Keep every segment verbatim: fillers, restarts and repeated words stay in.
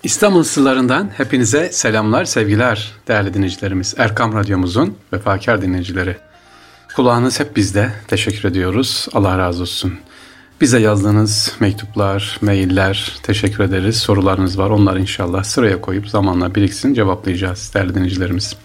İstanbul sırlarından hepinize selamlar, sevgiler değerli dinleyicilerimiz. Erkam Radyomuzun vefakar dinleyicileri. Kulağınız hep bizde. Teşekkür ediyoruz. Allah razı olsun. Bize yazdığınız mektuplar, mailler teşekkür ederiz. Sorularınız var. Onları inşallah sıraya koyup zamanla biriksin cevaplayacağız değerli dinleyicilerimiz.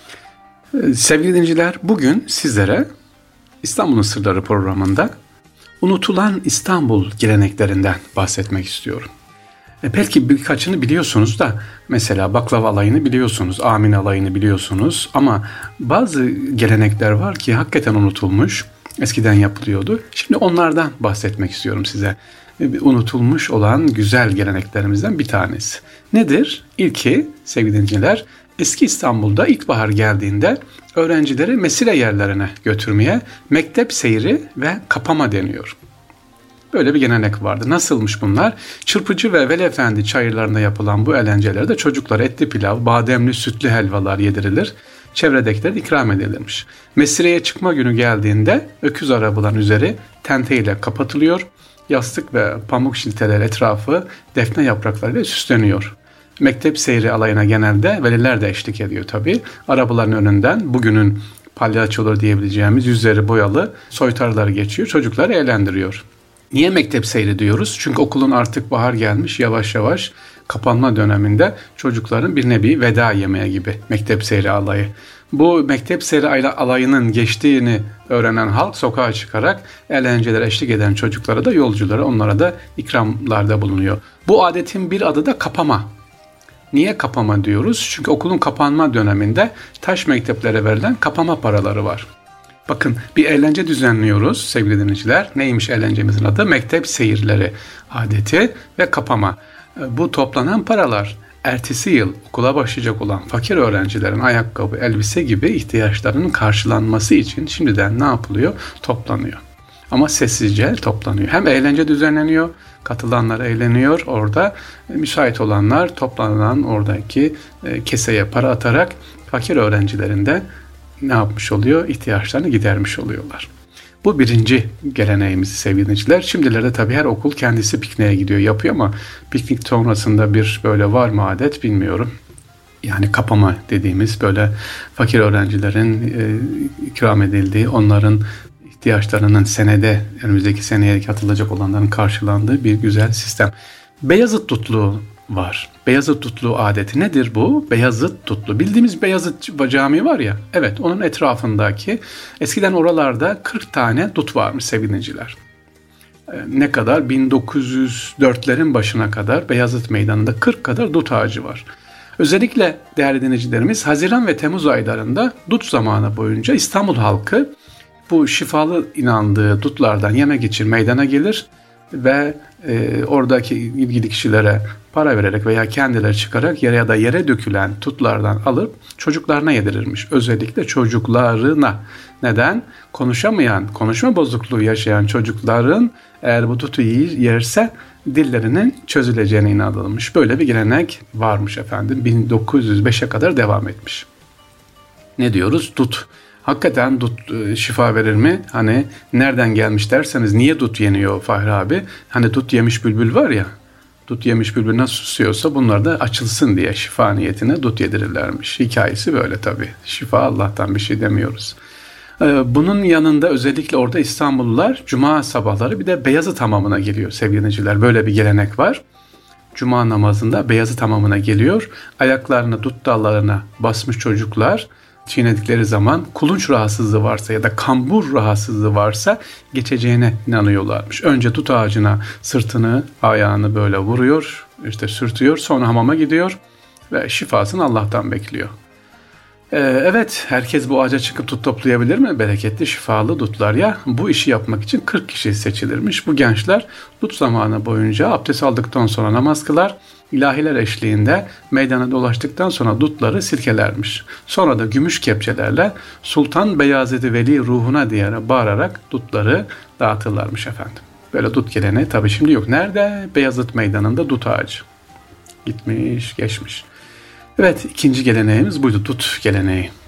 Sevgili dinleyiciler, bugün sizlere İstanbul'un Sırları programında unutulan İstanbul geleneklerinden bahsetmek istiyorum. E belki birkaçını biliyorsunuz da mesela baklava alayını biliyorsunuz, amin alayını biliyorsunuz ama bazı gelenekler var ki hakikaten unutulmuş, eskiden yapılıyordu. Şimdi onlardan bahsetmek istiyorum size. E, unutulmuş olan güzel geleneklerimizden bir tanesi. Nedir? İlki sevgili dinleyiciler, eski İstanbul'da ilkbahar geldiğinde öğrencileri mesire yerlerine götürmeye mektep seyri ve kapama deniyor. Böyle bir gelenek vardı. Nasılmış bunlar? Çırpıcı ve Veliefendi çayırlarında yapılan bu eğlencelerde çocuklara etli pilav, bademli sütlü helvalar yedirilir. Çevredekilere ikram edilirmiş. Mesireye çıkma günü geldiğinde öküz arabaların üzeri tenteyle kapatılıyor. Yastık ve pamuk şilteler etrafı defne yapraklarıyla süsleniyor. Mektep seyri alayına genelde veliler de eşlik ediyor tabii. Arabaların önünden bugünün palyaçoları diyebileceğimiz yüzleri boyalı soytarılar geçiyor. Çocukları eğlendiriyor. Niye mektep seyri diyoruz? Çünkü okulun artık bahar gelmiş, yavaş yavaş kapanma döneminde çocukların bir nevi veda yemeği gibi mektep seyri alayı. Bu mektep seyri alayının geçtiğini öğrenen halk sokağa çıkarak eğlencelere eşlik eden çocuklara da yolculara onlara da ikramlarda bulunuyor. Bu adetin bir adı da kapama. Niye kapama diyoruz? Çünkü okulun kapanma döneminde taş mekteplere verilen kapama paraları var. Bakın bir eğlence düzenliyoruz sevgili dinleyiciler. Neymiş eğlencemizin adı? Mektep seyirleri adeti ve kapama. Bu toplanan paralar ertesi yıl okula başlayacak olan fakir öğrencilerin ayakkabı, elbise gibi ihtiyaçlarının karşılanması için şimdiden ne yapılıyor? Toplanıyor. Ama sessizce toplanıyor. Hem eğlence düzenleniyor, katılanlar eğleniyor orada. Müsait olanlar toplanan oradaki keseye para atarak fakir öğrencilerin de ne yapmış oluyor? İhtiyaçlarını gidermiş oluyorlar. Bu birinci geleneğimiz sevgili dinleyiciler. Şimdilerde tabii her okul kendisi pikniğe gidiyor, yapıyor ama piknik sonrasında bir böyle var mı adet bilmiyorum. Yani kapama dediğimiz böyle fakir öğrencilerin e, ikram edildiği, onların ihtiyaçlarının senede, önümüzdeki seneye katılacak olanların karşılandığı bir güzel sistem. Beyazıt Dutluğu var. Beyazıt Dutluğu adeti nedir bu? Beyazıt Dutlu. Bildiğimiz Beyazıt Camii var ya. Evet, onun etrafındaki eskiden oralarda kırk tane dut varmış sevgili dinleyiciler. Ee, ne kadar? bin dokuz yüz dörtlerin başına kadar Beyazıt Meydanı'nda kırk kadar dut ağacı var. Özellikle değerli dinleyicilerimiz Haziran ve Temmuz aylarında dut zamanı boyunca İstanbul halkı bu şifalı inandığı dutlardan yemek için meydana gelir ve e, oradaki ilgili kişilere para vererek veya kendileri çıkarak yere ya da yere dökülen tutlardan alıp çocuklarına yedirirmiş. Özellikle çocuklarına. Neden? Konuşamayan, konuşma bozukluğu yaşayan çocukların eğer bu tutu yerse dillerinin çözüleceğine inanılmış. Böyle bir gelenek varmış efendim. bin dokuz yüz beşe kadar devam etmiş. Ne diyoruz? Dut. Hakikaten dut şifa verir mi? Hani nereden gelmiş derseniz niye dut yeniyor Fahri abi? Hani dut yemiş bülbül var ya. Dut yemiş bülbül nasıl susuyorsa bunlar da açılsın diye şifa niyetine dut yedirirlermiş. Hikayesi böyle tabii. Şifa Allah'tan bir şey demiyoruz. Bunun yanında özellikle orada İstanbullular cuma sabahları bir de Beyazıt Hamamı'na geliyor sevgili dinleyiciler. Böyle bir gelenek var. Cuma namazında Beyazıt Hamamı'na geliyor. Ayaklarını dut dallarına basmış çocuklar çiğnedikleri zaman kulunç rahatsızlığı varsa ya da kambur rahatsızlığı varsa geçeceğine inanıyorlarmış. Önce tut ağacına sırtını, ayağını böyle vuruyor, işte sürtüyor, sonra hamama gidiyor ve şifasını Allah'tan bekliyor. Ee, evet, herkes bu ağaca çıkıp tut toplayabilir mi? Bereketli, şifalı dutlar ya. Bu işi yapmak için kırk kişi seçilirmiş. Bu gençler dut zamanı boyunca abdest aldıktan sonra namaz kılar, ilahiler eşliğinde meydana dolaştıktan sonra dutları silkelermiş. Sonra da gümüş kepçelerle Sultan Beyazıt-ı Veli ruhuna diye bağırarak dutları dağıtırlarmış efendim. Böyle dut geleneği tabii şimdi yok. Nerede? Beyazıt Meydanı'nda dut ağacı. Gitmiş, geçmiş. Evet, ikinci geleneğimiz buydu, dut geleneği.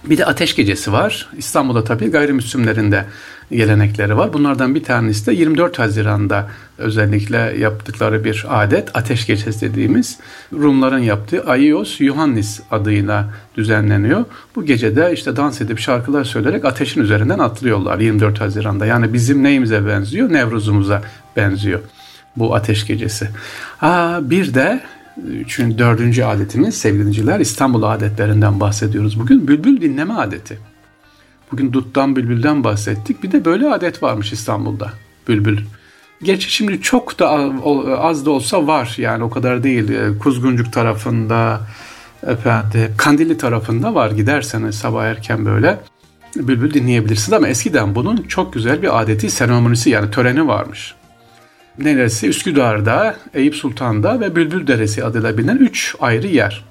Bir de ateş gecesi var. İstanbul'da tabii gayrimüslimlerin de gelenekleri var. Bunlardan bir tanesi de yirmi dört Haziran'da özellikle yaptıkları bir adet. Ateş gecesi dediğimiz Rumların yaptığı Aios Iohannis adıyla düzenleniyor. Bu gecede işte dans edip şarkılar söyleyerek ateşin üzerinden atlıyorlar yirmi dört Haziran'da. Yani bizim neyimize benziyor? Nevruz'umuza benziyor bu ateş gecesi. Aa, bir de Üçün, dördüncü adetimiz sevgili dinleyiciler, İstanbul adetlerinden bahsediyoruz bugün. Bülbül dinleme adeti. Bugün duttan, bülbülden bahsettik. Bir de böyle adet varmış İstanbul'da. Bülbül. Gerçi şimdi çok da az da olsa var. Yani o kadar değil. Kuzguncuk tarafında, efendim, Kandilli tarafında var. Giderseniz sabah erken böyle bülbül dinleyebilirsiniz. Ama eskiden bunun çok güzel bir adeti, seremonisi yani töreni varmış. Neresi? Üsküdar'da, Eyüp Sultan'da ve Bülbül Deresi adıyla bilinen üç ayrı yer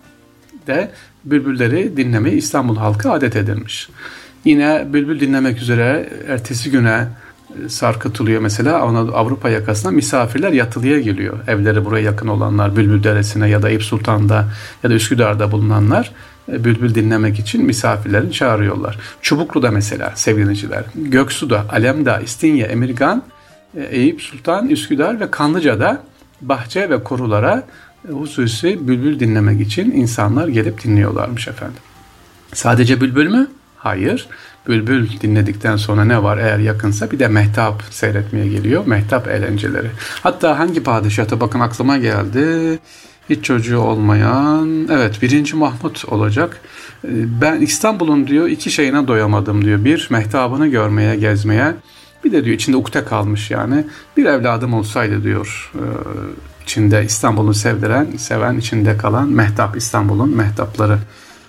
de bülbülleri dinlemeyi İstanbul halkı adet edilmiş. Yine bülbül dinlemek üzere ertesi güne sarkıtılıyor mesela Avrupa yakasına misafirler yatılıya geliyor. Evleri buraya yakın olanlar Bülbül Deresi'ne ya da Eyüp Sultan'da ya da Üsküdar'da bulunanlar bülbül dinlemek için misafirlerini çağırıyorlar. Çubuklu'da mesela sevgili dinleyiciler, Göksu'da, Alemdağ, İstinye, Emirgan, Eyüp Sultan, Üsküdar ve Kanlıca'da bahçe ve korulara hususi bülbül dinlemek için insanlar gelip dinliyorlarmış efendim. Sadece bülbül mü? Hayır. Bülbül dinledikten sonra ne var eğer yakınsa? Bir de mehtap seyretmeye geliyor. Mehtap eğlenceleri. Hatta hangi padişahta bakın aklıma geldi. Hiç çocuğu olmayan, evet birinci Mahmut olacak. Ben İstanbul'un diyor iki şeyine doyamadım diyor. Bir, mehtabını görmeye, gezmeye. Bir de diyor içinde ukde kalmış yani. Bir evladım olsaydı diyor içinde İstanbul'u sevdiren, seven, içinde kalan mehtap, İstanbul'un mehtapları.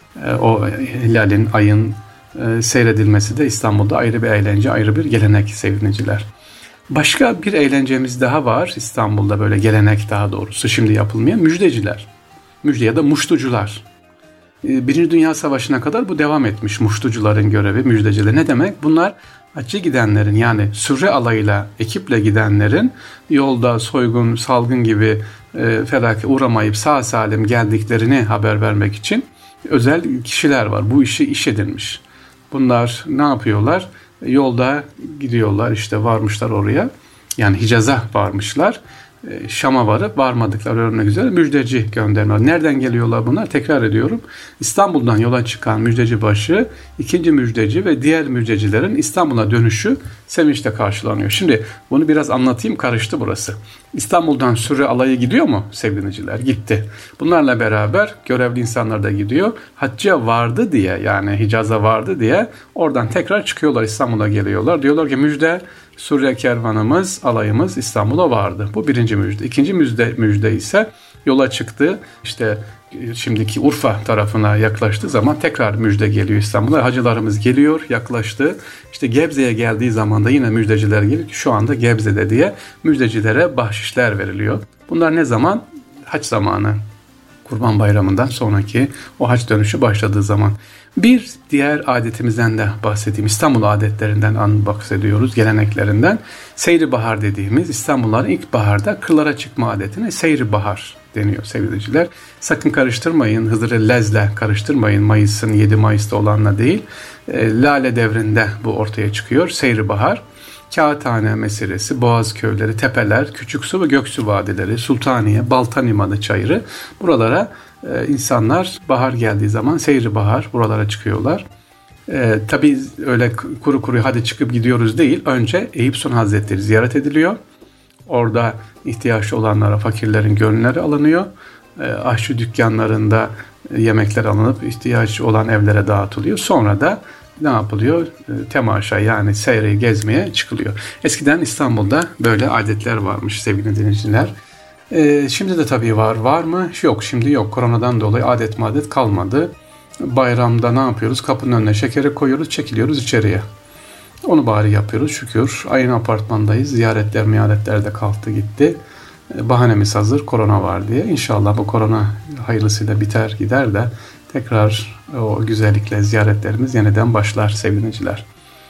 O hilalin, ayın seyredilmesi de İstanbul'da ayrı bir eğlence, ayrı bir gelenek sevgiliciler. Başka bir eğlencemiz daha var İstanbul'da, böyle gelenek daha doğrusu şimdi yapılmayan, müjdeciler. Müjde ya da muştucular. Birinci Dünya Savaşı'na kadar bu devam etmiş, muştucuların görevi, müjdeciler. Ne demek? Bunlar hacca gidenlerin yani sürre alayıyla, ekiple gidenlerin yolda soygun, salgın gibi e, felaket uğramayıp sağ salim geldiklerini haber vermek için özel kişiler var. Bu işi iş edilmiş. Bunlar ne yapıyorlar? Yolda gidiyorlar, işte varmışlar oraya. Yani Hicaz'a varmışlar. Şam'a varıp varmadıkları öğrenmek üzere müjdeci gönderme. Nereden geliyorlar bunlar? Tekrar ediyorum. İstanbul'dan yola çıkan müjdeci başı, ikinci müjdeci ve diğer müjdecilerin İstanbul'a dönüşü sevinçle karşılanıyor. Şimdi bunu biraz anlatayım, karıştı burası. İstanbul'dan sürü alayı gidiyor mu sevgili dinleyiciler? Gitti. Bunlarla beraber görevli insanlar da gidiyor. Hacca vardı diye, yani Hicaz'a vardı diye oradan tekrar çıkıyorlar, İstanbul'a geliyorlar. Diyorlar ki müjde, Suriye kervanımız, alayımız İstanbul'a vardı. Bu birinci müjde. İkinci müjde, müjde ise yola çıktı. İşte şimdiki Urfa tarafına yaklaştığı zaman tekrar müjde geliyor İstanbul'a. Hacılarımız geliyor, yaklaştı. İşte Gebze'ye geldiği zaman da yine müjdeciler geliyor. Şu anda Gebze'de diye müjdecilere bahşişler veriliyor. Bunlar ne zaman? Hac zamanı. Kurban Bayramı'ndan sonraki o hac dönüşü başladığı zaman. Bir diğer adetimizden de bahsedeyim. İstanbul adetlerinden bahsediyoruz, geleneklerinden. Seyri bahar dediğimiz İstanbulluların ilk baharda kırlara çıkma adetine seyri bahar deniyor sevgiliciler. Sakın karıştırmayın, Hızır-ı Lez'le karıştırmayın. Mayıs'ın yedi Mayıs'ta olanla değil. E, Lale devrinde bu ortaya çıkıyor. Seyri bahar. Kağıthane meselesi, Boğaz köyleri, tepeler, Küçüksu ve Göksu vadileri, Sultaniye, Balta Limanı çayırı, buralara e, insanlar bahar geldiği zaman seyri bahar buralara çıkıyorlar. E, tabii öyle kuru kuru hadi çıkıp gidiyoruz değil. Önce Eyüp Sultan Hazretleri ziyaret ediliyor. Orada ihtiyaçlı olanlara, fakirlerin gönülleri alınıyor. E, aşçı dükkanlarında yemekler alınıp ihtiyaç olan evlere dağıtılıyor. Sonra da ne yapılıyor? Temaşa yani seyre gezmeye çıkılıyor. Eskiden İstanbul'da böyle adetler varmış sevgili dinleyiciler. Ee, şimdi de tabii var. Var mı? Yok, şimdi yok. Koronadan dolayı adet madet kalmadı. Bayramda ne yapıyoruz? Kapının önüne şekeri koyuyoruz, çekiliyoruz içeriye. Onu bari yapıyoruz şükür. Aynı apartmandayız. Ziyaretler, miyaretler de kalktı gitti. Bahanemiz hazır, korona var diye. İnşallah bu korona hayırlısıyla biter gider de tekrar o güzellikle ziyaretlerimiz yeniden başlar sevgiliciler.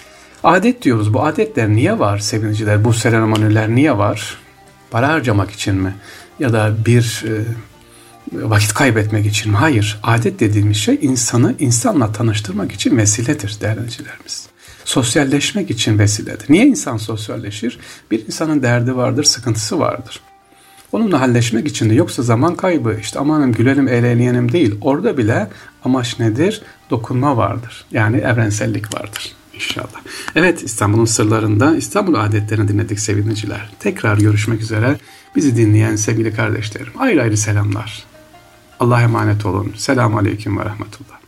Adet diyoruz. Bu adetler niye var sevgiliciler? Bu seremoniler niye var? Para harcamak için mi? Ya da bir vakit kaybetmek için mi? Hayır. Adet dediğimiz şey insanı insanla tanıştırmak için vesiledir değerli dinleyicilerimiz. Sosyalleşmek için vesiledir. Niye insan sosyalleşir? Bir insanın derdi vardır, sıkıntısı vardır. Onunla halleşmek için de, yoksa zaman kaybı, işte amanım gülelim eğlenelim değil. Orada bile amaç nedir? Dokunma vardır. Yani evrensellik vardır inşallah. Evet, İstanbul'un sırlarında İstanbul adetlerini dinledik sevgili dinleyiciler. Tekrar görüşmek üzere. Bizi dinleyen sevgili kardeşlerim, ayrı ayrı selamlar. Allah'a emanet olun. Selamun Aleyküm ve Rahmetullah.